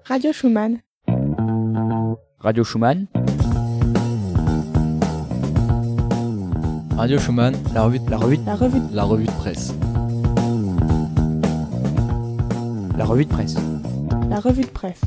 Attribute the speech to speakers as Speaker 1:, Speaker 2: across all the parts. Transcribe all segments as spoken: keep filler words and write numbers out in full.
Speaker 1: Radio Schumann.
Speaker 2: Radio Schumann. Radio Schumann, la revue, la revue,
Speaker 1: La revue,
Speaker 2: la revue de presse. La revue de presse.
Speaker 1: la revue de presse.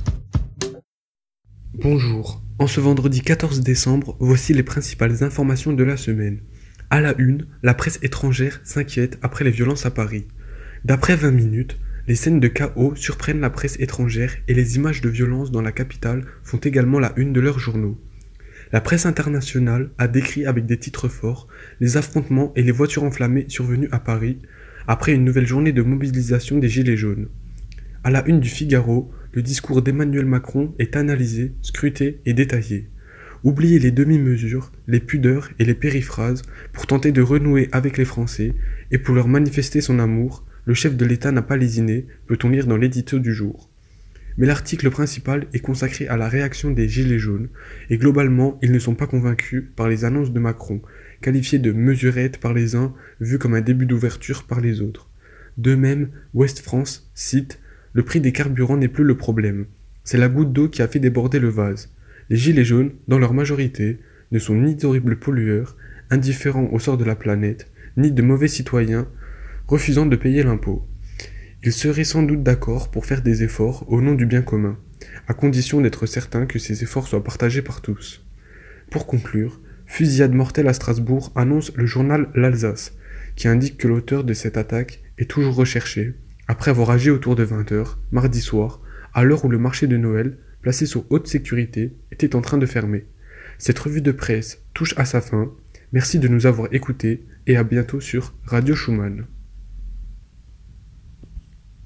Speaker 3: Bonjour, en ce vendredi quatorze décembre, voici les principales informations de la semaine. À la une, la presse étrangère s'inquiète après les violences à Paris. D'après vingt minutes, les scènes de chaos surprennent la presse étrangère et les images de violence dans la capitale font également la une de leurs journaux. La presse internationale a décrit avec des titres forts les affrontements et les voitures enflammées survenus à Paris après une nouvelle journée de mobilisation des Gilets jaunes. À la une du Figaro, le discours d'Emmanuel Macron est analysé, scruté et détaillé. Oubliez les demi-mesures, les pudeurs et les périphrases pour tenter de renouer avec les Français et pour leur manifester son amour, le chef de l'État n'a pas lésiné, peut-on lire dans l'édito du jour. Mais l'article principal est consacré à la réaction des Gilets jaunes, et globalement, ils ne sont pas convaincus par les annonces de Macron, qualifiées de mesurettes par les uns, vues comme un début d'ouverture par les autres. De même, Ouest France cite « Le prix des carburants n'est plus le problème. C'est la goutte d'eau qui a fait déborder le vase. Les Gilets jaunes, dans leur majorité, ne sont ni d'horribles pollueurs, indifférents au sort de la planète, ni de mauvais citoyens, refusant de payer l'impôt. Ils seraient sans doute d'accord pour faire des efforts au nom du bien commun, à condition d'être certains que ces efforts soient partagés par tous. » Pour conclure, fusillade mortelle à Strasbourg annonce le journal L'Alsace, qui indique que l'auteur de cette attaque est toujours recherché, après avoir agi autour de vingt heures, mardi soir, à l'heure où le marché de Noël, placé sous haute sécurité, était en train de fermer. Cette revue de presse touche à sa fin. Merci de nous avoir écoutés et à bientôt sur Radio Schumann.